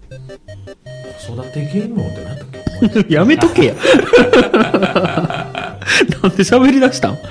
子育てゲーム王って何だっけやめとけや。なんで喋り出したん？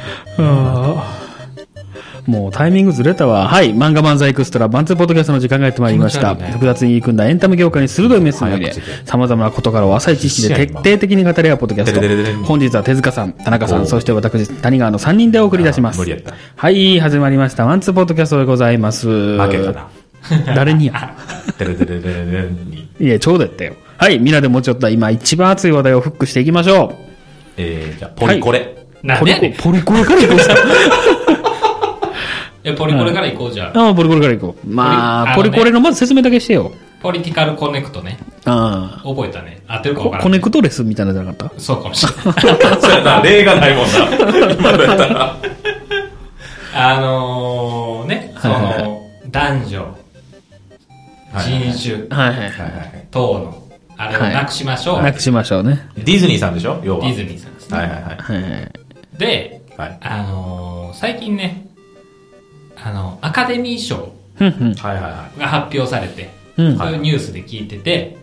もうタイミングずれたわ。はい。漫画漫才エクストラ、バンツーポッドキャストの時間がやってまいりました。複雑に入り組んだエンタメ業界に鋭いメスを入れ、様々な事柄を浅い知識で徹底的に語り合うポッドキャスト。本日は手塚さん、田中さん、そして私、谷川の3人でお送り出します。 無理やった。 はい。始まりました。ワンツーポッドキャストでございます。 負けたな。 誰にや。いや、ちょうどやったよ。はい。みんなでもうちょっと今一番熱い話題をフックしていきましょう。じゃあ、ポリコレ。 ポリコレからいこうか。 ポリコレから行こうじゃあ。ポリコレから行こう。まあ、ポリコレのまず説明だけしてよ。 ポリティカルコネクトね。 ああ。 覚えたね。合ってるか分からん。 コネクトレスみたいなのじゃなかった？ そうかもしれない。 そうやな、例がないもんな。今だったら。 男女、人種、等の、あれをなくしましょう。 なくしましょうね。 ディズニーさんでしょ？要は。 ディズニーさんですね。で、最近ね、アカデミー賞が発表されて、そういうニュースで聞いてて、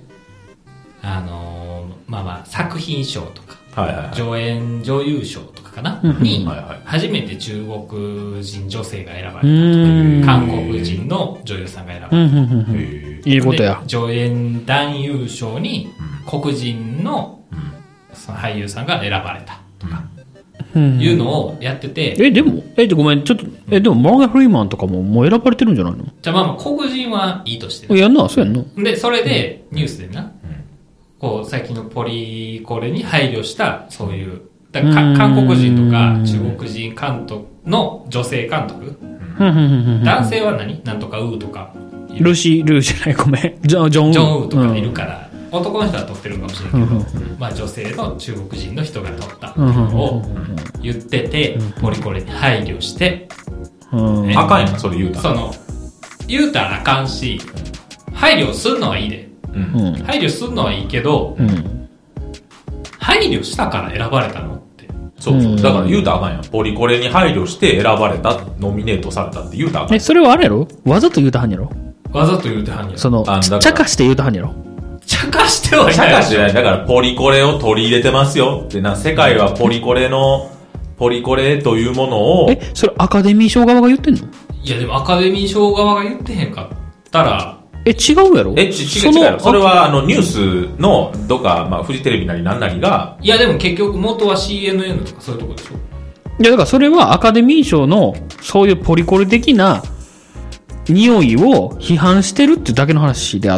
作品賞とか、助演女優賞とかかな、に、初めて中国人女性が選ばれたとか、韓国人の女優さんが選ばれた。 いいことや。 助演男優賞に黒人のその俳優さんが選ばれたとか。いうのをやってて。 でもごめん、ちょっと、でも、マーガン・フリーマンとかももう選ばれてるんじゃないの？ じゃあ黒人はいいとして。 やんな、そうやんの。 で、それで、ニュースでな、こう、最近のポリコレに配慮した、そういう、だから韓国人とか中国人監督の女性監督。男性はなんとかウーとか。 ルーじゃない、ごめん。ジョンウーとかいるから、男の人は撮ってるかもしれないけど、女性の中国人の人が撮ったのを言ってて、ポリコレに配慮して、 あかんやん、それ言うたら。 言うたらあかんし、配慮すんのはいいで。配慮すんのはいいけど、配慮したから選ばれたのって。 そう。だから言うたらあかんやん。ポリコレに配慮して選ばれた、ノミネートされたって言うたらあかん。 それはあれやろ？わざと言うたはんやろ？ わざと言うたはんやろ。 茶化して言うたはんやろ？ 茶化してはいない。 茶化してない。だからポリコレを取り入れてますよって世界はポリコレというものを。 それアカデミー賞側が言ってんの？ いやでもアカデミー賞側が言ってへんかったら。 違うやろ？ 違う。それはニュースのどっか、フジテレビなりなんなりが。 いやでも結局元は CNN とかそういうとこでしょ？ いやだからそれはアカデミー賞のそういうポリコレ的な匂いを批判してるっていうだけの話であって、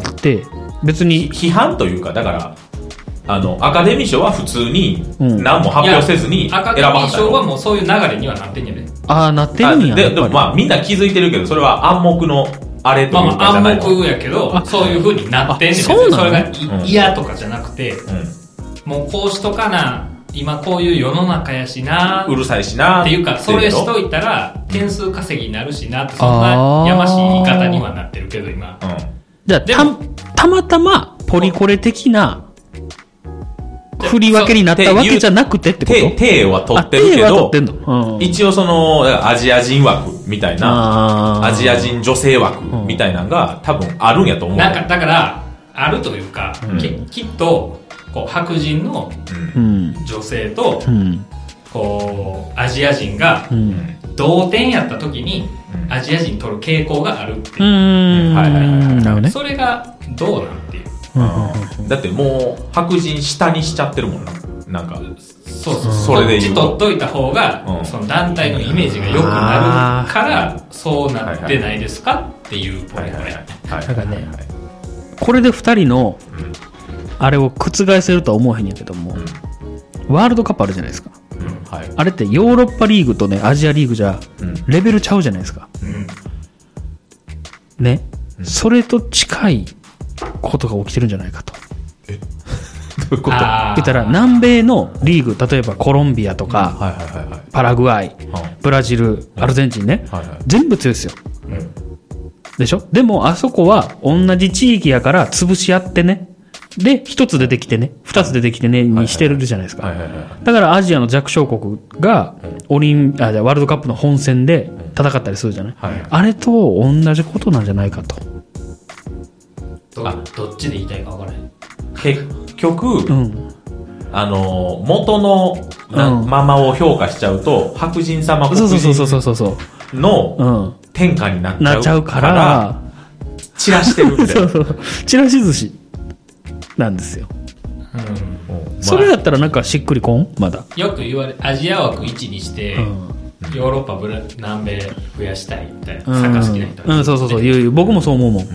別に批判というか、だからアカデミー賞は普通に何も発表せずに選ばはった。 アカデミー賞はもうそういう流れにはなってんやね。 なってるんや。 でもみんな気づいてるけど、それは暗黙のあれというかじゃないの。 暗黙やけど、そういう風になってんねん。 そうなの？ それが嫌とかじゃなくて、もうこうしとかな、今こういう世の中やしな、 うるさいしなっていうか、それしといたら点数稼ぎになるしなって、そんなやましい言い方にはなってるけど今。 じゃあたまたまポリコレ的な振り分けになったわけじゃなくてってこと？ 手は取ってるけど、一応アジア人枠みたいな、アジア人女性枠みたいなのが多分あるんやと思う。 だからあるというか、きっとこう白人の女性とこうアジア人が同点やった時にアジア人取る傾向があるっていう。それがどうなんていう。 だってもう白人下にしちゃってるもんな。なんかそうそれで言うとこっち取っといた方が、その団体のイメージが良くなるからそうなってないですかっていうポリコレ。 だからね、これで2人のあれを覆せるとは思わへんやけども、ワールドカップあるじゃないですか。あれってヨーロッパリーグとねアジアリーグじゃレベルちゃうじゃないですか。ね、それと近いことが起きてるんじゃないかと。 どういうこと？ 言ったら南米のリーグ、例えばコロンビアとか、パラグアイ、ブラジル、アルゼンチンね、全部強いですよ。でしょ？でもあそこは同じ地域やから潰し合ってね。で、一つ出てきてね、二つ出てきてね、にしてるじゃないですか。だからアジアの弱小国がワールドカップの本戦で戦ったりするじゃない？あれと同じことなんじゃないかと。 どっちで言いたいか分からへん。 結局、元のままを評価しちゃうと、白人様黒人の天下になっちゃうから、散らしてるみたいな。 散らし寿司なんですよ。それやったらなんかしっくりこんまだ。 よく言われ、アジア枠1にして、ヨーロッパ、南米増やしたいみたいな、サッカー好きな人は、 そう、僕もそう思うもん。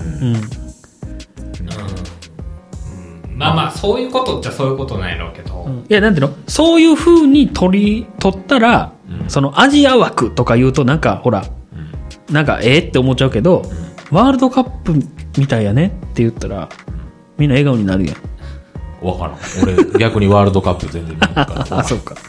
まあまあ、そういうことっちゃそういうことなんやろうけど。 いや、なんていうの、そういう風に取ったら、そのアジア枠とか言うとなんか、ほら、なんか、って思っちゃうけど、ワールドカップみたいやねって言ったら、みんな笑顔になるやん。 わからん。俺、逆にワールドカップ全然見ないから。 あ、そうか。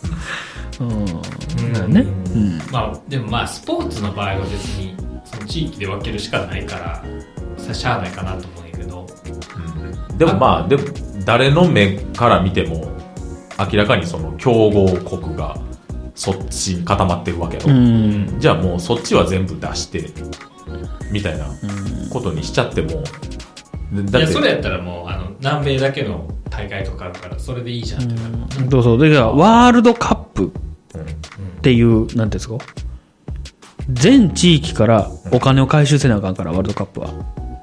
ね。 まあ、でもまあ、スポーツの場合は別に、その地域で分けるしかないから、しゃあないかなと思うんやけど。 でもまあ、誰の目から見ても、明らかにその強豪国がそっちに固まってるわけよ。じゃあもうそっちは全部出して、みたいなことにしちゃっても、 いや、それやったらもう、南米だけの大会とかあるから、それでいいじゃんってなる。 そう。だから、ワールドカップっていう、なんていうんですか、全地域からお金を回収せなあかんから、ワールドカップは。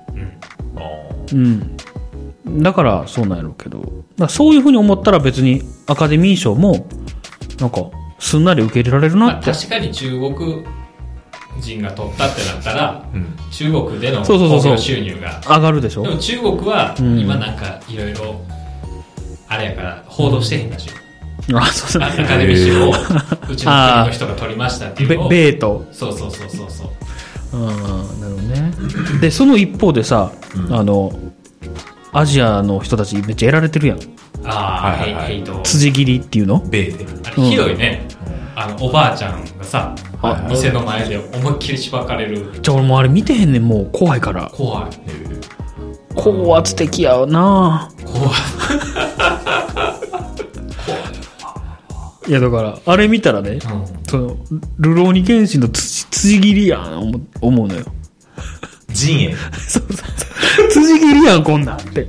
だから、そうなんやろうけど、そういうふうに思ったら別にアカデミー賞も、なんか、すんなり受け入れられるなって。 確かに中国人が取ったってなったら、中国での興行収入が上がるでしょ。 でも中国は今なんかいろいろあれやから報道してへんだし、アカデミー賞をうちの国の人が取りましたっていうのを米とそうなるほどね。でその一方でさ、アジアの人たちめっちゃやられてるやん。 ヘイト辻切りっていうの米であれひどいね。おばあちゃんがさ、店の前で思いっきりしばかれる。 俺もうあれ見てへんねん、もう怖いから。高圧的やな。いやだからあれ見たらね、そのルローニケンシンの辻切りやん思うのよ。 陣営そう辻切りやんこんなんって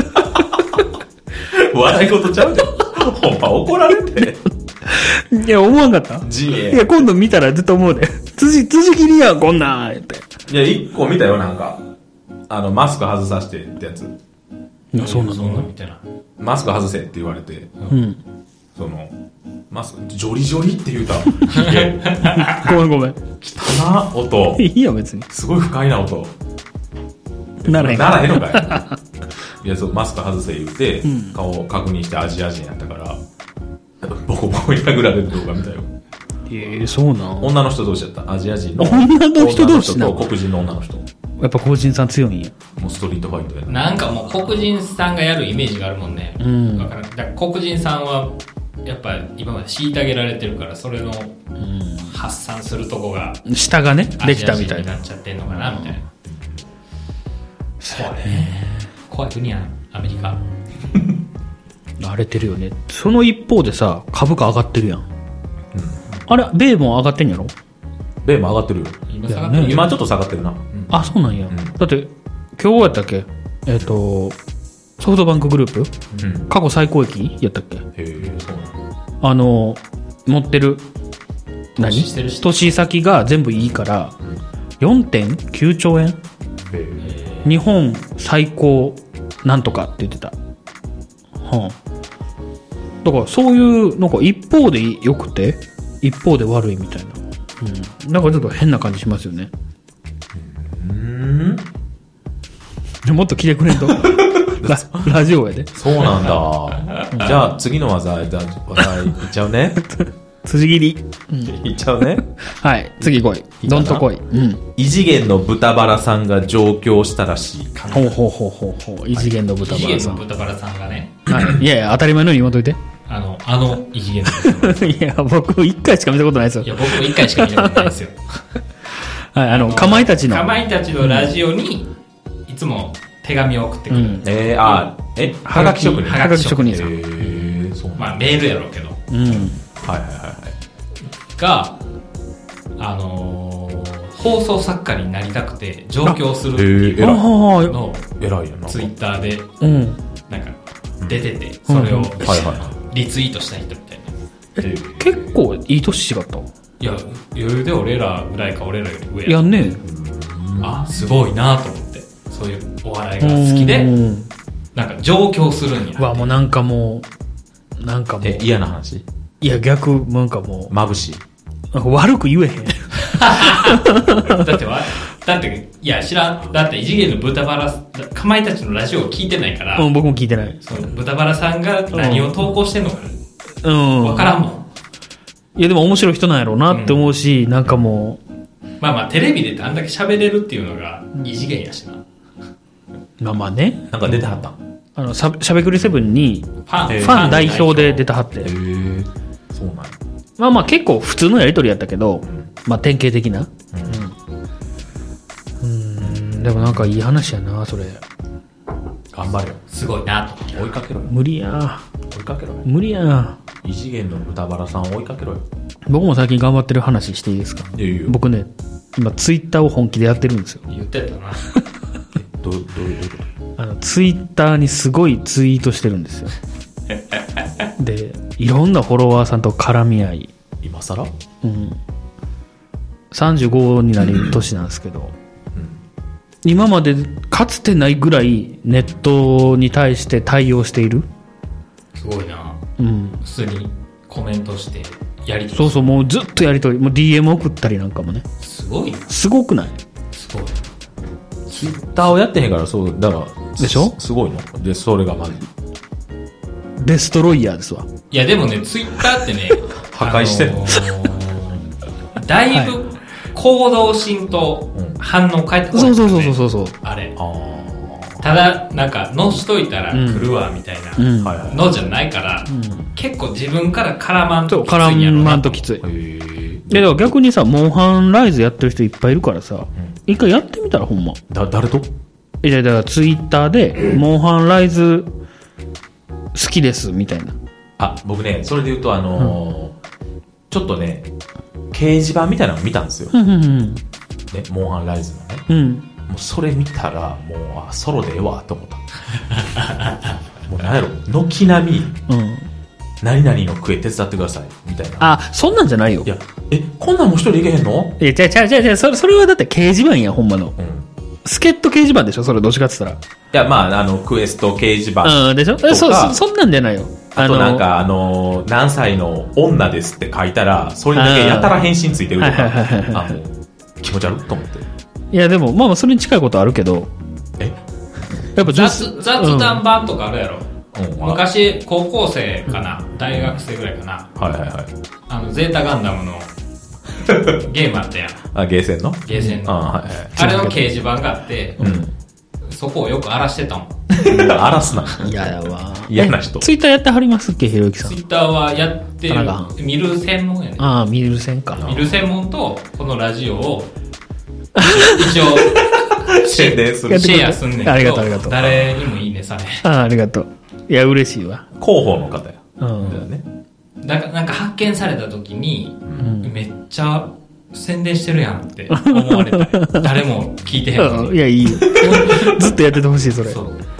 笑い事ちゃうでほんま怒られていや思わんかった。 陣営いや今度見たら絶対思うで辻切りやんこんなんって。 いや一個見たよ、なんかマスク外させてってやつ。 そうなのみたいな。 マスク外せって言われて、そのマスクジョリジョリって言うたごめん汚な音いいよ別にすごい不快な音ならへんのかい。いやそうマスク外せ言って、顔を確認してアジア人やったからボコボコに殴られる動画見たよ。 そうなん。 女の人同士だった。アジア人の女の人同士と黒人の女の人。 やっぱ黒人さん強いんや。 もうストリートファイトやなんかもう黒人さんがやるイメージがあるもんね。だから黒人さんはやっぱ今まで虐げられてるからそれの発散するとこが下がねできたみたいな。なっちゃってんのかなみたいな。そうね。怖い国やんアメリカ。 荒れてるよね。その一方でさ株価上がってるやん。あれ米も上がってんやろ。 米も上がってるよ。今ちょっと下がってるな。 あ、そうなんや。だって今日やったっけ、ソフトバンクグループ、過去最高益やったっけ。そうなの。持ってる投資先が全部いいから、4.9 兆円、日本最高なんとかって言ってた。だからそういうなんか一方で良くて一方で悪いみたいな、なんかちょっと変な感じしますよね。もっと来てくれんとラジオやで。 そうなんだ。じゃあ次の技いっちゃうね。 辻切り、 いっちゃうね。 はい、次来い。どんと来い。 異次元の豚バラさんが上京したらしい。 ほう異次元の豚バラさん。 異次元の豚バラさんがね。 いやいや当たり前のように言わんといて。 異次元の豚バラさん。 いや僕一回しか見たことないですよ。 いや僕も一回しか見たことないですよ。 はい、かまいたちのラジオにいつも手紙を送ってくる。 はがき職人。 はがき職人さん。 まあメールやろうけど。が放送作家になりたくて上京するっていうのをツイッターでなんか出てて、それをリツイートした人みたいな。 結構いい年違った。 いや余裕で俺らぐらいか、俺らより上や。 いやね、 あ、すごいなと思って、そういうお笑いが好きでなんか上京するんや。 わ、もうなんかもう嫌な話。 いや逆、なんかもう眩しい、 なんか悪く言えへんだっていや知らん。だって異次元の豚バラかまいたちのラジオを聞いてないから、 僕も聞いてない。 その豚バラさんが何を投稿してんのか分からんもん。 いやでも面白い人なんやろうなって思うし、なんかもうまあテレビであんだけ喋れるっていうのが異次元やしな。 まあね、 なんか出てはったん、 しゃべくり7にファン代表で出たはって。 そうなんや。 まあ結構普通のやりとりやったけど、まあ典型的な。でもなんかいい話やな、それ。 頑張れよ。 すごいなと。 追いかけろよ。 無理や。 追いかけろよ。 無理や。 異次元の豚バラさんを追いかけろよ。 僕も最近頑張ってる話していいですか？ いいよ。 僕ね、今ツイッターを本気でやってるんですよ。 言ってたな。 どういうこと？ ツイッターにすごいツイートしてるんですよ。で、いろんなフォロワーさんと絡み合い。 今更？ うん。35になる年なんですけど、今までかつてないぐらいネットに対して対応している。 すごいな。普通にコメントしてやりとり。 そうそう、もうずっとやりとり、もう DM 送ったりなんかもね。 すごいな。 すごくない？ すごい。 ツイッターをやってへんから、そうだからでしょ？ すごいので、それがまずデストロイヤーですわ。 いやでもね、ツイッターってね破壊してる、 だいぶ行動しんと反応返ってこない、 ね、そうあれただなんかのしといたら来るわみたいなのじゃないから、結構自分から絡まんときついんやろな。絡まんときつい。 だから逆にさ、モンハンライズやってる人いっぱいいるからさ、一回やってみたらほんま。 誰と？ いやだからツイッターでモンハンライズ好きですみたいな。 あ、僕ね、それで言うとちょっとね、掲示板みたいなの見たんですよ。ね、モンハンライズのね。もうそれ見たら、もう、ソロでええわ、と思った。もうなんやろ、軒並み、何々の食え手伝ってください、みたいな。 あ、そんなんじゃないよ。 いや、こんなんも一人いけへんの？ いや、違う、それはだって掲示板や、ほんまの。助っ人掲示板でしょ、それどっちかって言ったら。 いや、まあ、クエスト掲示板。 でしょ？そんなんじゃないよ。 あとなんか、何歳の女ですって書いたら、それだけやたら返信ついてるとか、もう、気持ち悪いと思って。 いや、でも、まあそれに近いことあるけど。 やっぱ雑談版とかあるやろ。昔、高校生かな、大学生ぐらいかな。ゼータガンダムのゲームあったやん。 あ、ゲーセンの？ ゲーセンの。あれの掲示板があって、そこをよく荒らしてたもん。 荒らすな。 嫌やわ。 嫌な人。 ツイッターやってはりますっけ、ひろゆきさん。 ツイッターはやってる。見る専門やね。 ああ、見る専か。 見る専門と、このラジオを、一応、 シェアすんねんけど。 ありがとう。 誰にもいいね、され。 ありがとう。いや、嬉しいわ。 広報の方や。 なんか発見された時に、めっちゃ宣伝してるやんって思われた。誰も聞いてへんのに。 いや、いいよ。ずっとやっててほしい、それ。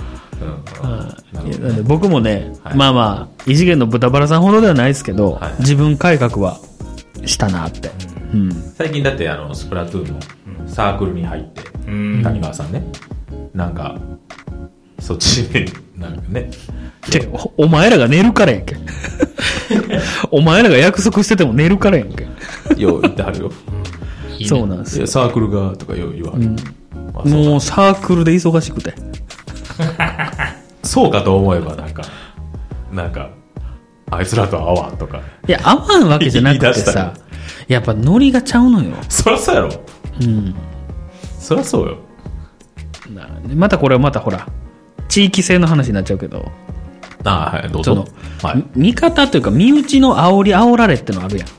なんで僕もね、まあ、異次元の豚バラさんほどではないですけど、自分改革はしたなって。 最近だってスプラトゥーンのサークルに入って、谷川さんね、なんか、そっちに、なんかね。 お前らが寝るからやんけ。お前らが約束してても寝るからやんけ。 よう言ってはるよ。 そうなんですよ。 サークルがとかよう言わはる。 もうサークルで忙しくて。 そうかと思えばなんか、あいつらと会わんとか。 いや、会わんわけじゃなくてさ、やっぱノリがちゃうのよ。 そりゃそうやろ。そりゃそうよ。 またこれはまたほら、地域性の話になっちゃうけど。 はい、どうぞ。 味方というか、身内の煽られってのあるやん。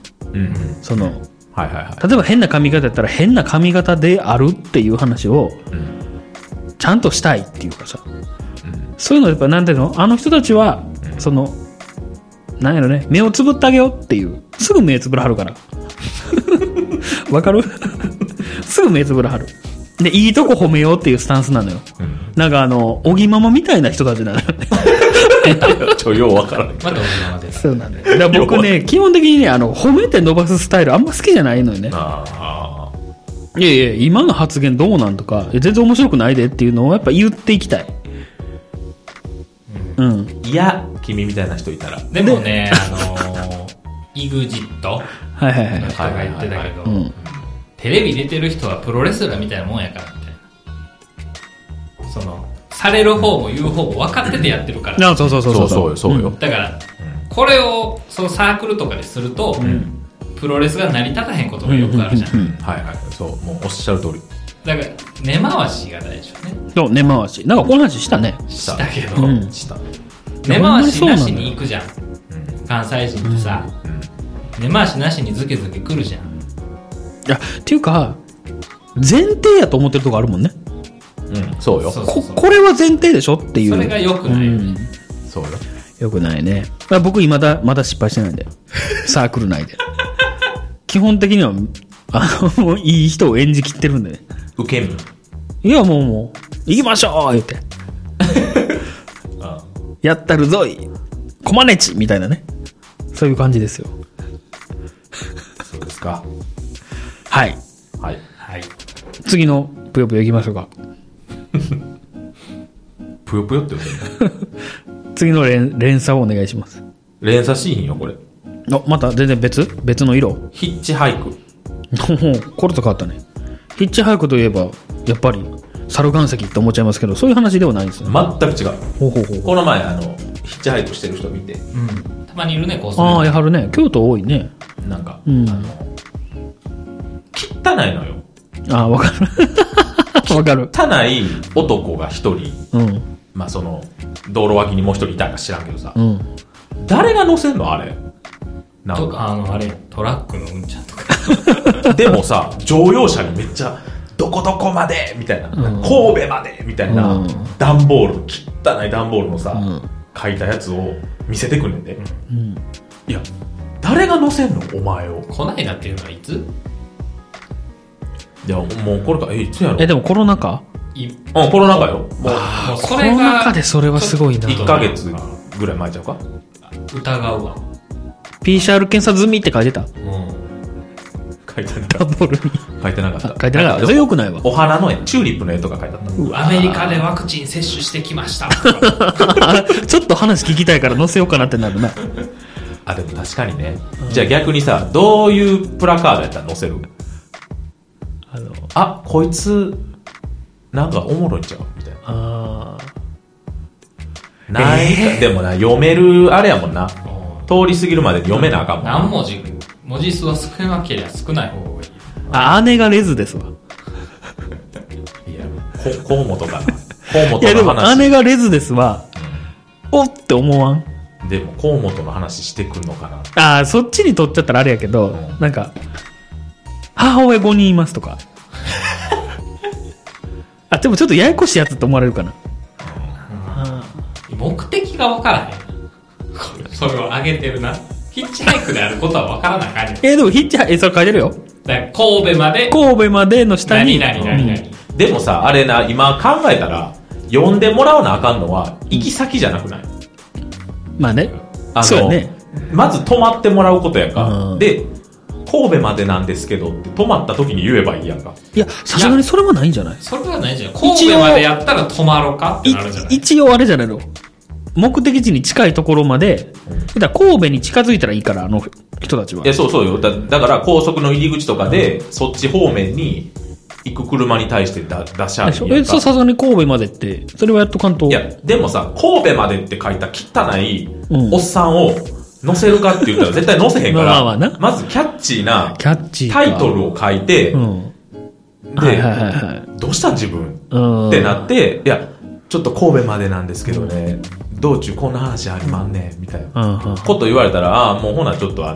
例えば変な髪型やったら変な髪型であるっていう話を、ちゃんとしたいっていうかさ、そういうのやっぱなんていうの、あの人たちは、なんやろね、目をつぶってあげようっていう、すぐ目つぶらはるから。わかる？すすぐ目つぶらはる。で、いいとこ褒めようっていうスタンスなのよ。なんかおぎママみたいな人たちなのよね。 ようわからない。 またおぎママです。 そうなんだよ。だから僕ね、基本的にね、褒めて伸ばすスタイルあんま好きじゃないのよね。いやいや、今の発言どうなんとか、全然面白くないでっていうのをやっぱ言っていきたい。うん。 いや、君みたいな人いたら。 でもね、EXIT の人が言ってたけど、テレビ出てる人はプロレスラーみたいなもんやからみたいな。される方も言う方も分かっててやってるから。 そうよ。 だから、これをそのサークルとかですると、プロレスが成り立たへんことがよくあるじゃん。 はいはい。そう、もうおっしゃる通り。 だから、根回しが大事よね。 そう、根回し。なんかこの話したね。 したけど、根回しなしに行くじゃん。関西人ってさ、根回しなしにズケズケ来るじゃん。 いや、っていうか、前提やと思ってるとこあるもんね。 そうよ。 これは前提でしょっていう。 それが良くないよね。 そうよ。 良くないね。僕まだ失敗してないんで。サークル内で。基本的には、いい人を演じきってるんでね。 受け身。 いや、もう、行きましょう言って。やったるぞい。こまねちみたいなね。そういう感じですよ。 そうですか。 はい。 はい。 はい。 次のぷよぷよ行きましょうか。 ぷよぷよって言うの次の連鎖をお願いします。 連鎖シーンよ、これ。 また全然別の色。 ヒッチハイク。 これと変わったね。ヒッチハイクといえば、やっぱり、猿岩石って思っちゃいますけど、そういう話ではないんですよね。 全く違う。この前、ヒッチハイクしてる人見て。 たまにいるね、こうああ、やはるね。京都多いね。 なんか、汚いのよ。 ああ、わかる。わかる。 汚い男が一人、まあ道路脇にもう一人いたんか知らんけどさ、誰が乗せんのあれ。 なんかあれ、トラックのうんちゃんとか。でもさ、乗用車にめっちゃ、どこどこまでみたいな、神戸までみたいな、段ボール、汚い段ボールのさ、書いたやつを見せてくるんで。いや、誰が乗せんのお前を。 こないだっていうのはいつ？ いや、もうこれか、いつやろ。 でもコロナ禍？ コロナ禍よ。もうコロナ禍でそれはすごいな。 1ヶ月ぐらい前ちゃうか？ 疑うわ。 PCR 検査済みって書いてた。 書いてなかった。 ダボールに。 書いてなかった。 書いてなかった。それ良くないわ。 お花の絵、チューリップの絵とか書いてあった。アメリカでワクチン接種してきました。 ちょっと話聞きたいから載せようかなってなるな。 でも確かにね。じゃあ逆にさ、どういうプラカードやったら載せる？こいつ、なんかおもろいんちゃうみたいな。でもな、読める、あれやもんな。通り過ぎるまでに読めなあかんもん。 何文字？文字数は少なければ少ない方がいい。 姉がレズですわ。 いや、河本かな。河本の話。 いやでも姉がレズですわ。おって思わん？ でも河本の話してくんのかな。 そっちに取っちゃったらあれやけど、なんか、母親5人いますとか。でもちょっとややこしいやつって思われるかな。 目的が分からへん。それをあげてるな。ヒッチハイクであることは分からなあかんねん。 でもヒッチハイク、それ書いてるよ。 神戸までの下に。 でもさ、あれな、今考えたら、読んでもらわなあかんのは、行き先じゃなくない？ まあね。そうね。 まず泊まってもらうことやか。で、神戸までなんですけどって泊まった時に言えばいいやんか。 いや、さすがにそれはないんじゃない？ それはないんじゃない？神戸までやったら泊まろうかってなるじゃない？ 一応あれじゃないの。目的地に近いところまで、だから神戸に近づいたらいいから、人たちは。 いや、そうよ。だから高速の入り口とかで、そっち方面に行く車に対して出しゃいいやんか。 さすがに神戸までって、それはやっとかんと。 いや、でもさ、神戸までって書いた汚いおっさんを載せるかって言ったら絶対載せへんから、まずキャッチーなタイトルを書いて、で、どうした自分ってなって、いや、ちょっと神戸までなんですけどね、道中こんな話ありまんねんみたいなこと言われたら、もうほなちょっと大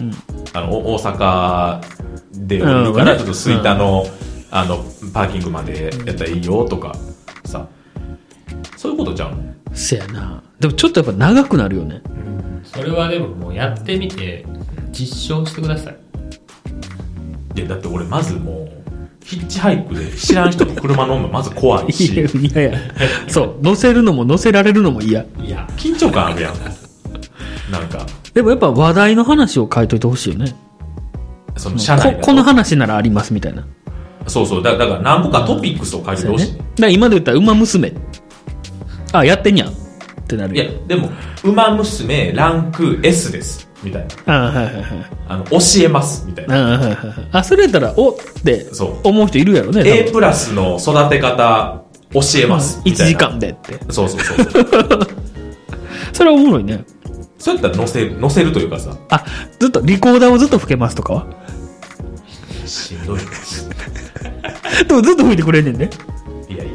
阪で降りるからちょっと吹田のパーキングまでやったらいいよとかさ、そういうことちゃうの？ せやな。でもちょっとやっぱ長くなるよね。 それはでももうやってみて実証してください。 いやだって俺まずもうヒッチハイクで知らん人の車乗るのまず怖いし。 いやいや。そう。乗せるのも乗せられるのも嫌。 いや、緊張感あるやん。なんか。 でもやっぱ話題の話を書いといてほしいよね。 その社内この話ならありますみたいな。 そうそう。だから何個かトピックスを書いてほしい。 だから今で言ったら、馬娘。あ、やってんやん。ってなる。 いや、でも、馬娘ランク S です。みたいな。 はいはいはい。 教えます。みたいな。 それやったら、おって思う人いるやろね。 A プラスの育て方教えます。 1時間でって。 そうそうそう。 それはおもろいね。 そうやったら載せるというかさ。 あ、ずっと、リコーダーをずっと吹けますとかはしんどい。 でもずっと吹いてくれんねんね。 いや。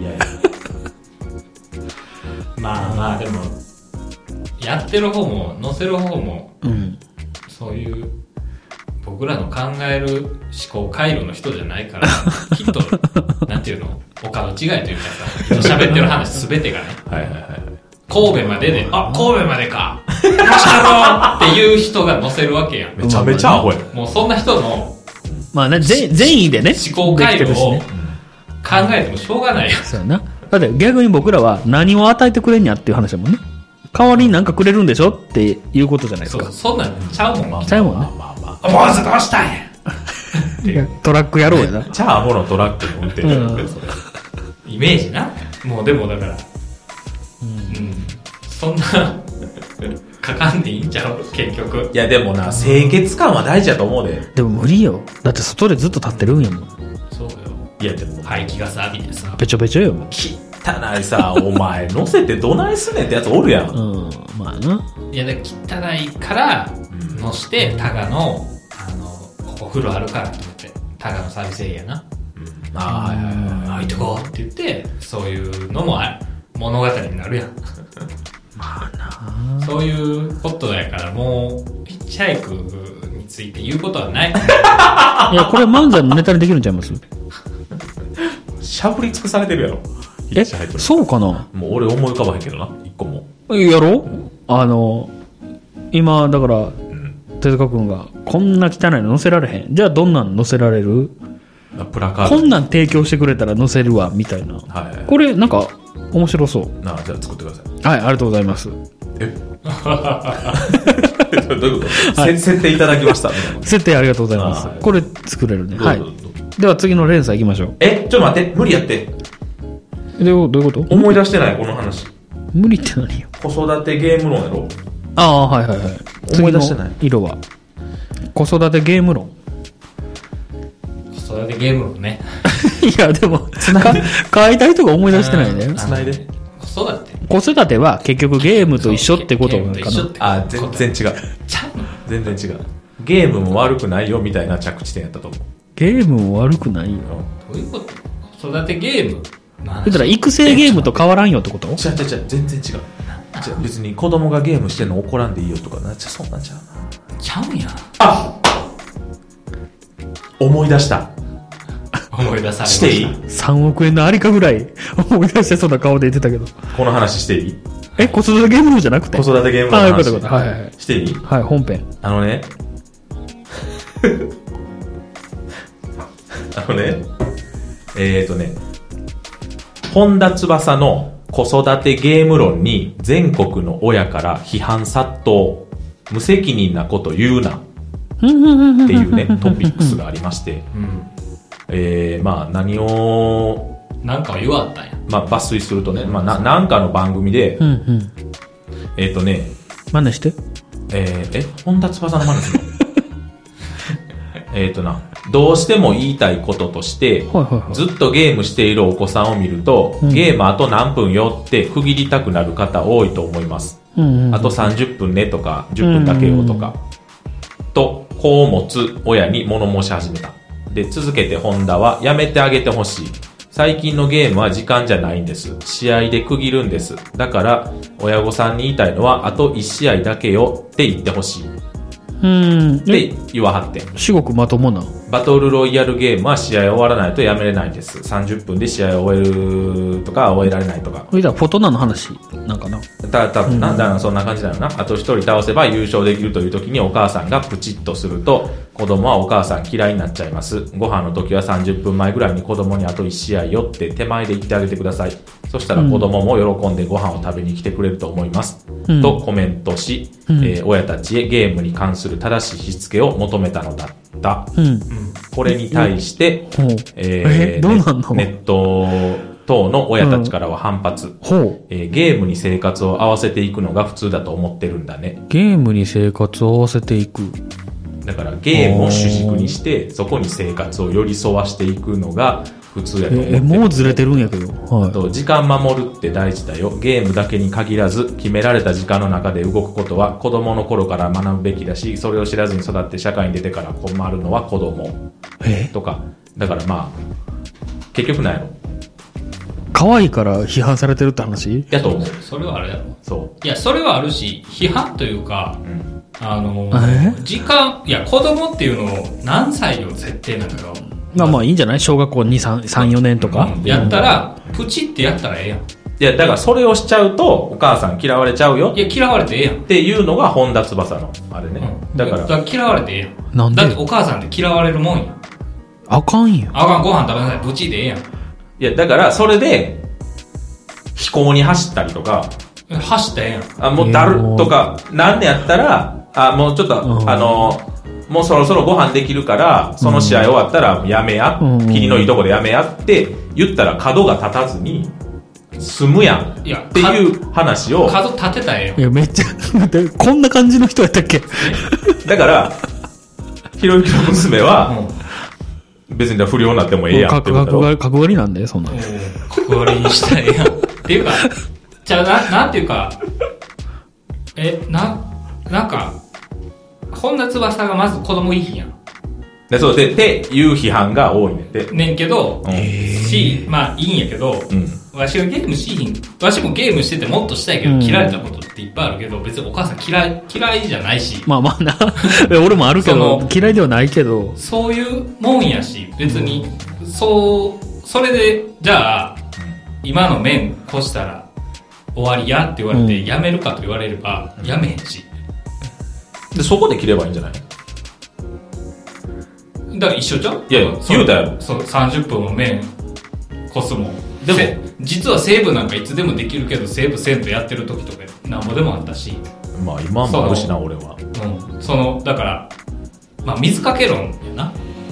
まあでも、やってる方も、載せる方も、そういう、僕らの考える思考回路の人じゃないから、きっと、なんていうの、お門違いというかさ、喋ってる話すべてがね。神戸までで、あ、神戸までか。どうしたのっていう人が載せるわけやん。 めちゃめちゃアホや。 もうそんな人の、 まあね、善意でね。 思考回路を考えてもしょうがないよ。 そうやな。だって逆に僕らは何を与えてくれんやっていう話だもんね。代わりに何かくれるんでしょっていうことじゃないですか。 そんなんちゃうもん。 ちゃうもんね。 坊主どうしたんや。 トラックやろうやな。 じゃあアホのトラックの運転だよ。 イメージな。もうでもだから、そんなかかんでいいんちゃう結局。 いやでもな、清潔感は大事だと思うで。 でも無理よ。だって外でずっと立ってるんやもん。 そうよ。 いやでも排気ガス浴びてさ。 べちょべちょよ。 汚いさ、お前乗せてどないすねんってやつおるやん。 まあな。 いや、汚いから、乗して、タガの、ここ風呂あるからと思って、タガのサービスエリアな。入ってこうって言って、そういうのも物語になるやん。 まあな。 そういうことやから、もう、ヒッチハイクについて言うことはない。 いや、これ漫才のネタにできるんちゃいます？ しゃぶり尽くされてるやろ。 そうかな。 もう俺思い浮かばへんけどな、一個も。 やろ？今、だから、手塚くんが、こんな汚いの載せられへん。じゃあどんなん載せられる？ プラカード。 こんなん提供してくれたら載せるわ、みたいな。これ、なんか、面白そう。 じゃあ作ってください。はい、ありがとうございます。 どういうこと？設定いただきました。 設定ありがとうございます。これ作れるね。はい。では次の連載行きましょう。 ちょっと待って、無理やって。 どういうこと？ 思い出してない、この話。 無理って何よ。 子育てゲーム論やろ。 ああ、はいはいはい。 思い出してない。 色は子育てゲーム論。 子育てゲーム論ね。 いや、でも、書いた人が思い出してないね。 つないで。 子育ては結局ゲームと一緒ってことなのかな。 全然違う。全然違う。ゲームも悪くないよみたいな着地点やったと思う。 ゲームも悪くないよ。 どういうこと？子育てゲーム？ だから育成ゲームと変わらんよってこと？ 違う、全然違う。別に子供がゲームしてんの怒らんでいいよとかそんなんちゃうな。 ちゃうんや。 あ、思い出した。 思い出されました。 していい？ 3 億円のありかぐらい思い出してそうな顔で言ってたけど。 この話していい？ 子育てゲームのじゃなくて？ 子育てゲームの話。 よかったよかった。はいはい。 していい？ はい、本編。 本田翼の子育てゲーム論に全国の親から批判殺到。無責任なこと言うな。っていうね、トピックスがありまして。まあ何を、 なんか言わったんや。 まあ抜粋するとね、まあなんかの番組で、 真似して。 本田翼の真似するのどうしても言いたいこととして、ずっとゲームしているお子さんを見ると、ゲームあと何分よって区切りたくなる方多いと思います。あと30分ねとか、10分だけよとか。と、子を持つ親に物申し始めた。で、続けてホンダはやめてあげてほしい。最近のゲームは時間じゃないんです。試合で区切るんです。だから、親御さんに言いたいのは、あと1試合だけよって言ってほしい。って言わはってん。 至極まともな。 バトルロイヤルゲームは試合終わらないとやめれないんです。30分で試合を終えるとか終えられないとか。 これだ、フォトナの話なんかな。 多分な、だからそんな感じだよな。あと一人倒せば優勝できるという時にお母さんがプチッとすると、子供はお母さん嫌いになっちゃいます。ご飯の時は30分前ぐらいに子供にあと1試合よって手前で言ってあげてください。そしたら子供も喜んでご飯を食べに来てくれると思います。とコメントし、親たちへゲームに関する正しいしつけを求めたのだった。これに対して、 どうなんの？ ネット等の親たちからは反発、ゲームに生活を合わせていくのが普通だと思ってるんだね。 ゲームに生活を合わせていく。 だからゲームを主軸にしてそこに生活を寄り添わしていくのが普通やと思ってる。 もうずれてるんやけど、 はい、時間守るって大事だよ。ゲームだけに限らず決められた時間の中で動くことは子供の頃から学ぶべきだし、それを知らずに育って社会に出てから困るのは子供とか。だからまあ結局なんやろ、 可愛いから批判されてるって話やと思う。 それはあれだろ。 そう。 いや、それはあるし、批判というか、時間、いや、子供っていうのを何歳の設定なんだろう。 まあいいんじゃない？小学校2、3、4年とか。 やったら、プチってやったらええやん。 いや、だからそれをしちゃうと、お母さん嫌われちゃうよ。 いや、嫌われてええやん。 っていうのが本田翼の、あれね。だから嫌われてええやん。 なんで？ だってお母さんって嫌われるもんや。 あかんよ。 あかん、ご飯食べなさい。プチでええやん。 いや、だから、それで、飛行に走ったりとか、 走ったらええやん。 もうだるとか、なんでやったら、もうちょっと、もうそろそろご飯できるから、その試合終わったらやめや、気のいいとこでやめやって言ったら角が立たずに済むやんっていう話を。 角立てたらええよ。 いや、めっちゃ、こんな感じの人やったっけ？ だから、ひろゆきの娘は、別に不良になってもええやんって言う角刈りなんで、そんな。 角刈りにしたらええやん。っていうか、じゃあなんていうか、なんか、本田翼がまず子供いいやん。 そうで、っていう批判が多いねんて。 ねんけど、まあいいんやけど、わしがゲームしひん、わしもゲームしててもっとしたいけど、切られたことっていっぱいあるけど、別にお母さん嫌いじゃないし。 まあまあな。俺もあるけど、嫌いではないけど。 そういうもんやし、別に、それで、じゃあ、今の面越したら終わりやって言われて、やめるかと言われれば、やめへんし。 で、そこで切ればいいんじゃない？ だから一緒じゃん？ いや、言うたやろ。 そう、30分を面越すもん。でも、実はセーブなんかいつでもできるけど、セーブせんとやってる時とかなんぼでもあったし。 まあ今もあるしな、俺は。 だから、まあ水かけ論や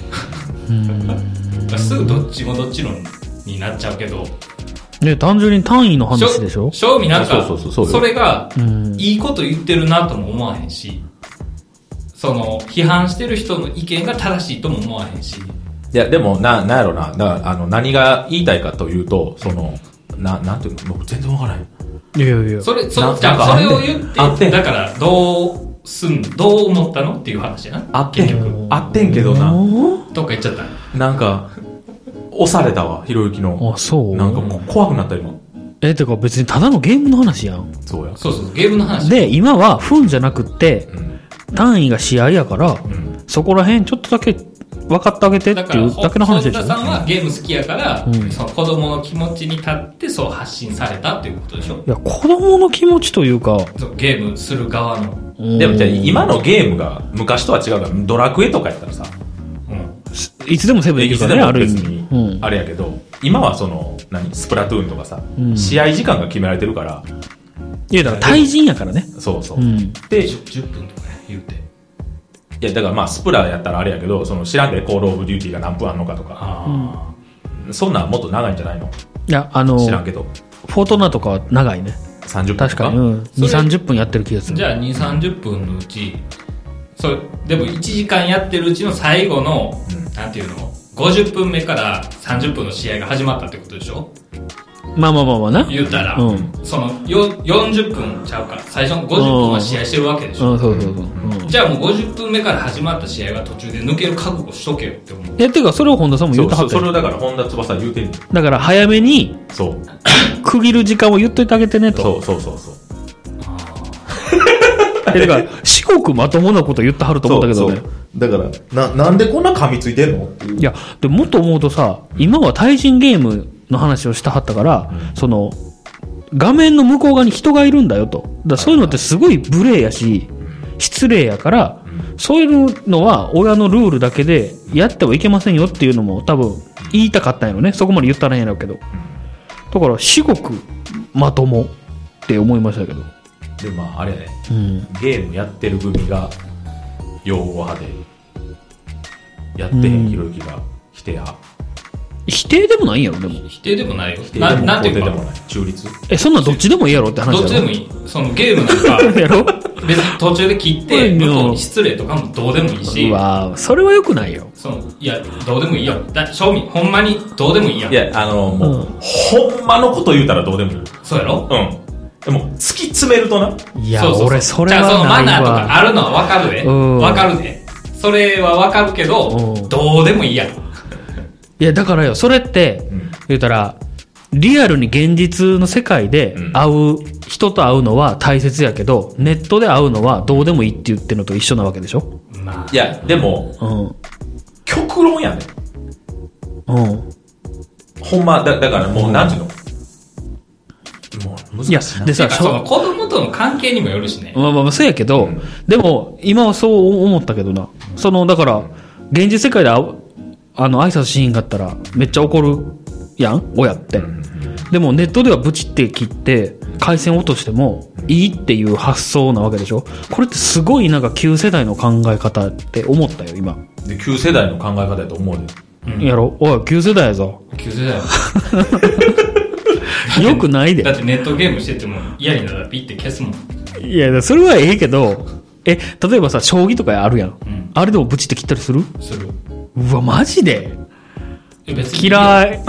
な。すぐどっちもどっち論になっちゃうけど。 ね、単純に単位の話でしょ？ 正味なんか、それが、いいこと言ってるなとも思わへんし、批判してる人の意見が正しいとも思わへんし。 いや、でも、なんやろな。だから、何が言いたいかというと、なんていうの、僕全然わからへん。 いや。 それを言って、だから、どう思ったのっていう話やな。結局。 あってんけどな。 どっか行っちゃった。 なんか、押されたわ、ひろゆきの。 あ、そう。 なんかもう怖くなった今。 てか別にただのゲームの話やん。 そうや。 そう、ゲームの話。 で、今は分じゃなくって、単位が試合やから、そこら辺ちょっとだけ分かってあげてっていうだけの話でしょ。 本田さんはゲーム好きやから、その子供の気持ちに立ってそう発信されたっていうことでしょ。 いや、子供の気持ちというか、 ゲームする側の。 でもじゃあ今のゲームが昔とは違うから、ドラクエとかやったらさ、 いつでもセーブできるからね、ある意味。 あれやけど、今はスプラトゥーンとかさ、試合時間が決められてるから。 いや、だから対人やからね。 そう。 で、10分とかね、言うて。 いや、だからまあ、スプラやったらあれやけど、知らんで、コールオブデューティーが何分あんのかとか。そんなんもっと長いんじゃないの？ いや、 知らんけど。 フォートナとかは長いね。 30分確かに。2、30分やってる気がする。 じゃあ、2、30分のうち、でも1時間やってるうちの最後の、なんていうの？ 50 分目から30分の試合が始まったってことでしょ？ まあな。 言うたら、40分ちゃうか。最初の50分は試合してるわけでしょ。 そう。 じゃあもう50分目から始まった試合は途中で抜ける覚悟しとけよって思う。 てかそれを本田さんも言ったはず。 それをだから本田翼言うてんねん。 だから早めに、区切る時間を言っといてあげてねと。 そう。 だから四国まともなこと言ってはると思ったけどね。 だからなんでこんな噛みついてんのっていう。 いや、でもっと思うとさ、今は対人ゲームの話をしたはったから、 画面の向こう側に人がいるんだよと。だそういうのってすごい無礼やし、失礼やから、そういうのは親のルールだけでやってはいけませんよっていうのも多分言いたかったんやろね。そこまで言ったらんやろうけど。だから至極まともって思いましたけど。 でまああれやね、ゲームやってる組が擁護派で、やってへんひろゆきが否定派。 否定でもないんやろでも。 否定でもないよ。 否定でも肯定でもない。中立。 そんなんどっちでもいいやろって話やろ。 どっちでもいい。そのゲームなんかやろ別に途中で切って向こうに失礼とかもどうでもいいし。 うわそれは良くないよ。 いやどうでもいいよ。正味ほんまにどうでもいいやん。 いやもう、ほんまのこと言うたらどうでもいい。 そうやろ。 でも突き詰めるとな。 いや俺それはないわ。 じゃあそのマナーとかあるのは分かるで。分かるで。それは分かるけどどうでもいいやん。 いやだからよそれって、言うたらリアルに現実の世界で人と会うのは大切やけど、ネットで会うのはどうでもいいって言ってるのと一緒なわけでしょ。 いやでも、極論やね。ほんまだからもうなんていうの、もう難しいな。 でさその子供との関係にもよるしね。 まあそうやけど、でも今はそう思ったけどな。だから現実世界で挨拶シーンがあったらめっちゃ怒るやん親って、でもネットではブチって切って回線落としてもいいっていう発想なわけでしょ。これってすごいなんか旧世代の考え方って思ったよ今。 で旧世代の考え方やと思うで、やろ。おい旧世代やぞ。 旧世代やよくないで。 だってネットゲームしてても嫌になったらピッて消すもん。 いやそれはええけど、例えばさ将棋とかあるやん、あれでもブチって切ったりする？ する。 うわマジで別に嫌い。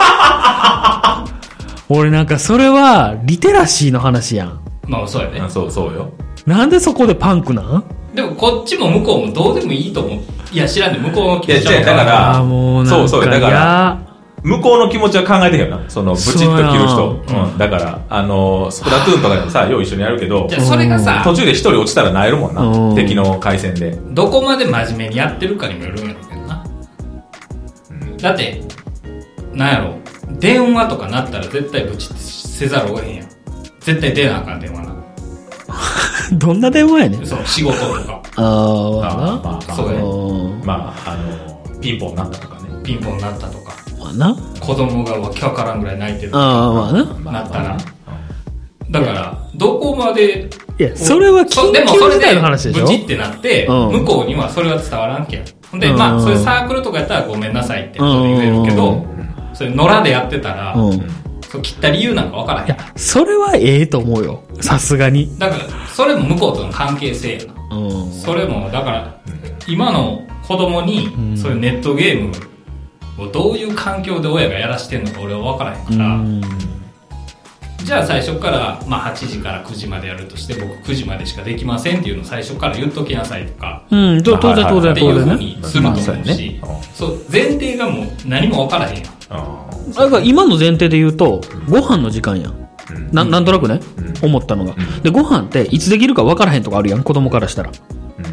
俺なんかそれはリテラシーの話やん。 まあそうやね。 そうよ。 なんでそこでパンクなん？ でもこっちも向こうもどうでもいいと思う。いや知らんで向こうの気持ちは。だからもうなんかそうだから向こうの気持ちは考えてへんよな。ブチッと切る人。だからスプラトゥーンとかでもさよう一緒にやるけど、 じゃあそれがさ途中で一人落ちたら萎えるもんな。敵の回線で。 どこまで真面目にやってるかにもよるんやろうけどな。だってなんやろ、電話とかなったら絶対ブチってせざるを得へんやん。絶対出なあかん電話な。 どんな電話やねん。 そう仕事とか。 そうや。ピンポンなったとかね。 ピンポンなったとか。子供がわけわからんぐらい泣いてるとかなったら。だからどこまで。 いやそれは緊急事態の話でしょ。 ブチってなって向こうにはそれは伝わらんけん。ほんでそういうサークルとかやったらごめんなさいって言えるけど、それ野良でやってたら、そう切った理由なんか分からへん。 いやそれはええと思うよさすがに。 だからそれも向こうとの関係性やな。それもだから今の子供にそういうネットゲームをどういう環境で親がやらしてんのか俺は分からへんから、じゃあ最初から8時から9時までやるとして僕9時までしかできませんっていうのを最初から言っときなさいとか、 当然っていうふうにすると思うし、そう前提がもう何も分からへんやん。 だから今の前提で言うとご飯の時間やん。なんとなくね、思ったのが、でご飯っていつできるか分からへんとかあるやん子供からしたら。だ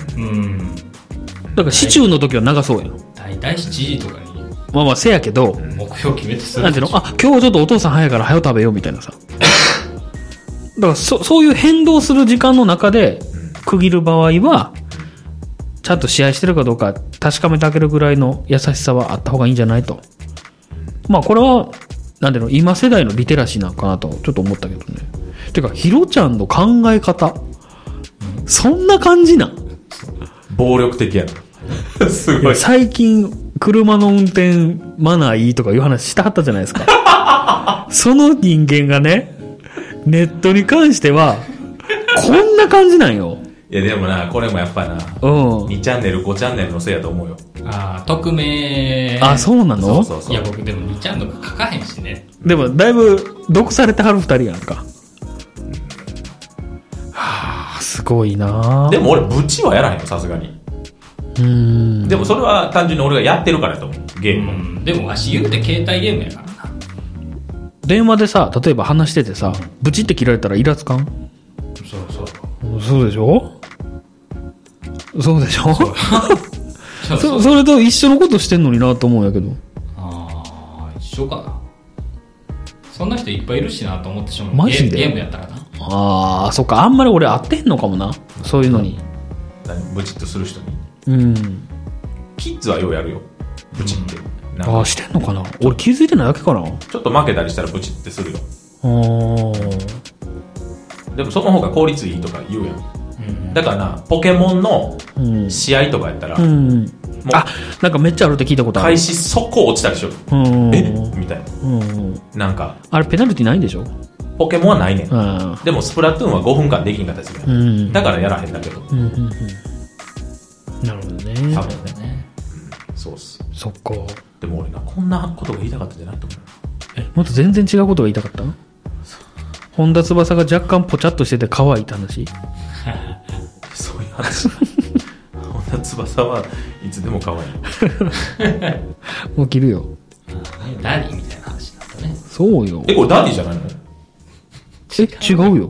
からシチューの時は長そうやん。 大体7時とかにまあせやけど、 目標決めてする。 なんていうの、今日ちょっとお父さん早いから早食べようみたいなさ。だからそういう変動する時間の中で区切る場合はちゃんと試合してるかどうか確かめてあげるぐらいの優しさはあった方がいいんじゃないと。まあこれはなんていうの今世代のリテラシーなんかなとちょっと思ったけどね。てかヒロちゃんの考え方、そんな感じなん？ 暴力的やな。すごい。 最近車の運転マナーいいとかいう話したはったじゃないですか。その人間がねネットに関してはこんな感じなんよ。 いやでもなこれもやっぱりな、2チャンネル5チャンネルのせいやと思うよ。 匿名。 そうなの？ そういや僕でも2チャンネル書かへんしね。 でもだいぶ毒されてはる2人やんか。すごいな。 でも俺ブチはやらへんよさすがに。でもそれは単純に俺がやってるからやと思うゲームも。 でもわし言うて携帯ゲームやからな。 電話でさ例えば話しててさブチって切られたらイラつかん？そうでしょ。そうでしょ。それと一緒のことしてんのになと思うんやけど。 一緒かな。 そんな人いっぱいいるしなと思ってしまう。 マジでゲームやったらな。 ああ、そっか、あんまり俺合ってんのかもな。そういうのに。 ブチッとする人に。 うん。 キッズはようやるよ。ブチって。 ああ、してんのかな。俺気づいてないだけかな。 ちょっと負けたりしたらブチってするよ。でもその方が効率いいとか言うやん。だからな、ポケモンの試合とかやったら、もうなんかめっちゃあるって聞いたことある。 開始速攻落ちたりしよる。みたいな。なんか。 あれペナルティないんでしょ？ ポケモンはないねん。でもスプラトゥーンは5分間できんかったりするやん。だからやらへんだけど。 なるほどね。 多分ね。そうっす。 そっか。 でも俺な、こんなことが言いたかったんじゃないと思う。 もっと全然違うことが言いたかったの？本田翼が若干ポチャっとしてて可愛いって話？ そういう話。本田翼はいつでも可愛い。 もう切るよ。 ダディみたいな話になったね。 そうよ。 これダディじゃないの？ 違うよ。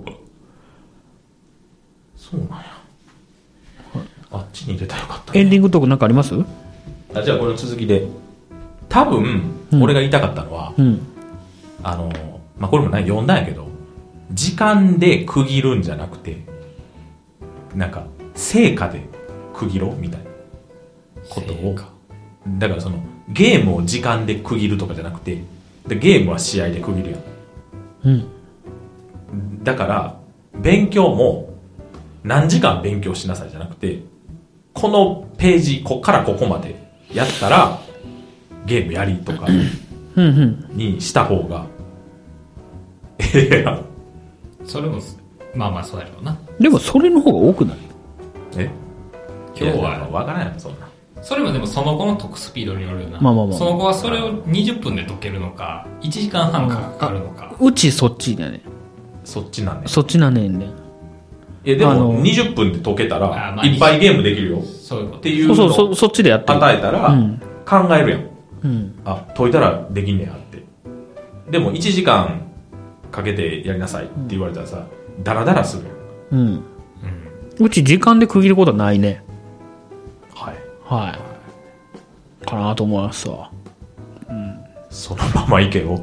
そうなんや。あっちに入れたらよかった、 エンディングトークなんかあります？ じゃあこの続きで。多分、俺が言いたかったのは、これも読んだんやけど、時間で区切るんじゃなくて、なんか、成果で区切ろうみたいなことを。だからゲームを時間で区切るとかじゃなくて、でゲームは試合で区切るやん。だから、勉強も何時間勉強しなさいじゃなくて、このページ、こっからここまでやったら、ゲームやりとかにした方がやん。 それもまあまあそうやろうな。 でもそれの方が多くない？ 今日は分からんやんそんな。 それもでもその後の解くスピードによるよな。 その後はそれを20分で解けるのか1時間半かかるのか。 うちそっちだね。 そっちなんねん。 そっちなんねんね。 でも20分で解けたらいっぱいゲームできるよ。 そういうことっていうのをそっちでやって与えたら考えるやん。解いたらできんねやって。でも1時間かけてやりなさいって言われたらさ、ダラダラするよ。 うち時間で区切ることはないね。 はいかなと思いますわ。 そのままいけよ。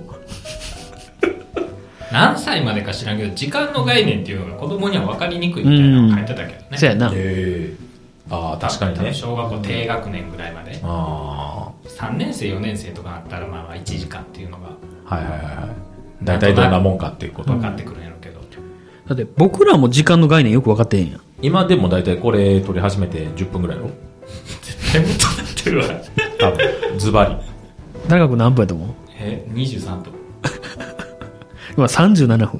何歳までか知らんけど時間の概念っていうのが子供には分かりにくいみたいなのを書いてたけどね。 そうやな。 確かにね。 小学校低学年ぐらいまで。3年生4年生とかなったらまあ1時間っていうのが大体どんなもんかっていうこと分かってくるんやろうけど。 だって僕らも時間の概念よく分かってへんやん。 今でも大体これ撮り始めて10分ぐらいの絶対もっとなってるわ。 多分ズバリ大学何分やと思う ？23分。 今37分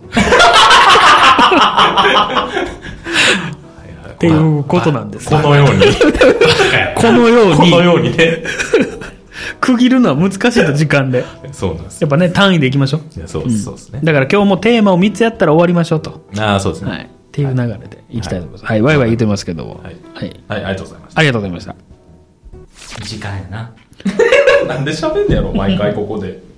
っていうことなんです。 このようにこのようにね区切るのは難しいと時間で。 そうなんです。 やっぱね単位でいきましょう。 いやそうですね。 だから今日もテーマを3つやったら終わりましょうと。 そうですね。 っていう流れでいきたいと思います。ワイワイ言ってますけども。 ありがとうございました。 ありがとうございました。 時間やな。 なんで喋んねやろ毎回ここで。